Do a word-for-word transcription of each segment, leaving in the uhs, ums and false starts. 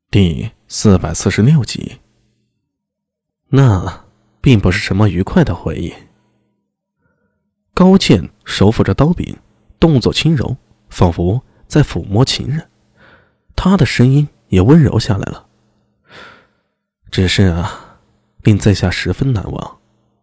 第四百四十六集。那并不是什么愉快的回忆。高健手抚着刀柄，动作轻柔，仿佛在抚摸情人。他的声音也温柔下来了。只是啊，令在下十分难忘。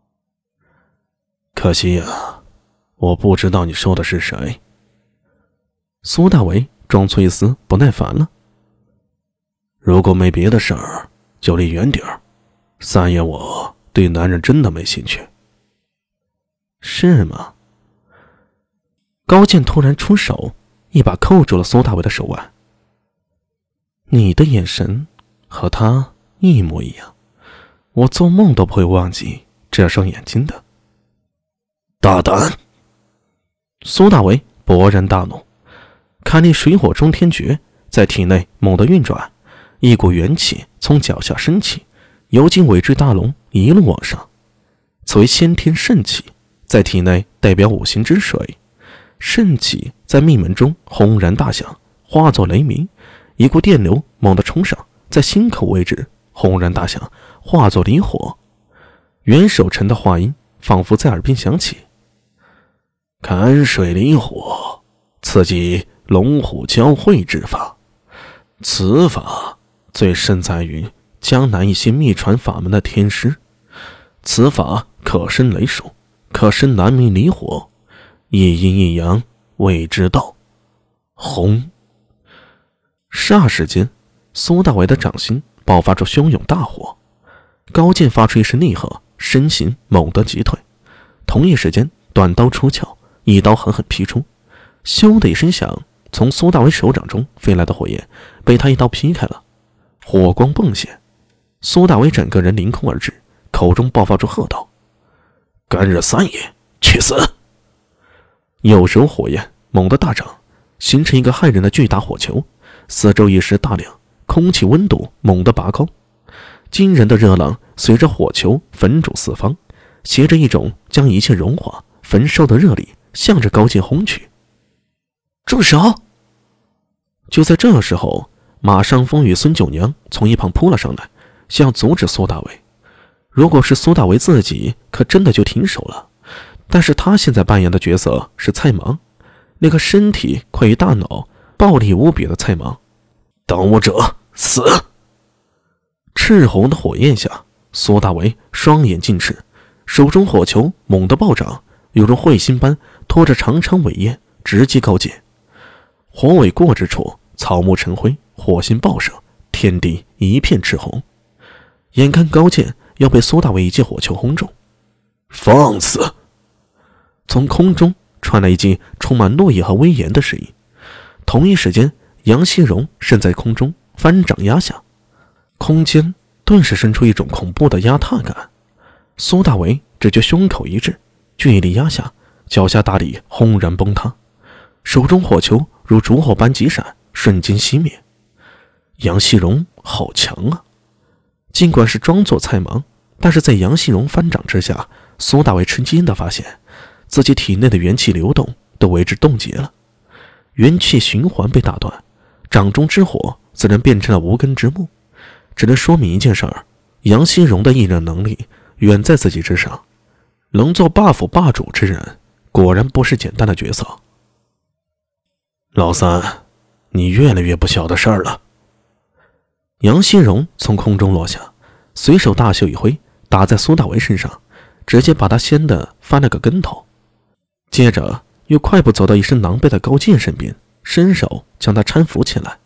可惜啊，我不知道你说的是谁。苏大为装出一丝不耐烦了。如果没别的事儿，就离远点儿。三爷我对男人真的没兴趣。是吗？高健突然出手，一把扣住了苏大为的手腕。你的眼神和他一模一样，我做梦都不会忘记这双眼睛的。大胆！苏大为勃然大怒，砍力水火中天诀在体内猛地运转，一股元气从脚下升起，游进尾椎大龙，一路往上。此为先天肾气，在体内代表五行之水。肾气在命门中轰然大响，化作雷鸣，一股电流猛地冲上，在心口位置轰然大响，化作离火。袁守诚的话音仿佛在耳边响起：坎水离火，刺激龙虎交汇之法。此法最深在于江南一些秘传法门的天师，此法可生雷属，可生南冥离火，一阴一阳谓之道。轰！霎时间，苏大为的掌心爆发出汹涌大火。高健发出一声厉喝，身形猛地急退，同一时间短刀出鞘，一刀狠狠劈出。咻的一声响，从苏大为手掌中飞来的火焰被他一刀劈开了，火光迸现。苏大为整个人凌空而至，口中爆发出喝道：干日三爷，去死！右手火焰猛地大涨，形成一个骇人的巨大火球，四周一时大亮，空气温度猛地拔高，惊人的热浪随着火球焚煮四方，携着一种将一切融化焚烧的热力向着高健轰去。住手！就在这时候，马上风与孙九娘从一旁扑了上来，想阻止苏大为。如果是苏大为自己，可真的就停手了。但是他现在扮演的角色是蔡芒，那个身体快于大脑、暴力无比的蔡芒。挡我者死！赤红的火焰下，苏大为双眼尽赤，手中火球猛地暴涨，犹如彗星般拖着长长尾焰直击高健。火尾过之处，草木成灰，火星爆射，天地一片赤红。眼看高健要被苏大为一记火球轰中，放肆！从空中传来一记充满怒意和威严的声音。同一时间，杨希荣身在空中翻掌压下，空间顿时生出一种恐怖的压踏感。苏大为只觉胸口一滞，巨力压下，脚下大地轰然崩塌，手中火球如烛火般急闪，瞬间熄灭。杨希荣好强啊！尽管是装作蔡芒，但是在杨希荣翻掌之下，苏大为吃惊地发现自己体内的元气流动都为之冻结了，元气循环被打断，掌中之火自然变成了无根之木。只能说明一件事儿，杨希荣的意念能力远在自己之上，能做 buff 霸主之人果然不是简单的角色。老三，你越来越不晓得事儿了。杨希荣从空中落下，随手大袖一挥，打在苏大为身上，直接把他掀得翻了个跟头。接着又快步走到一身狼狈的高健身边，伸手将他搀扶起来。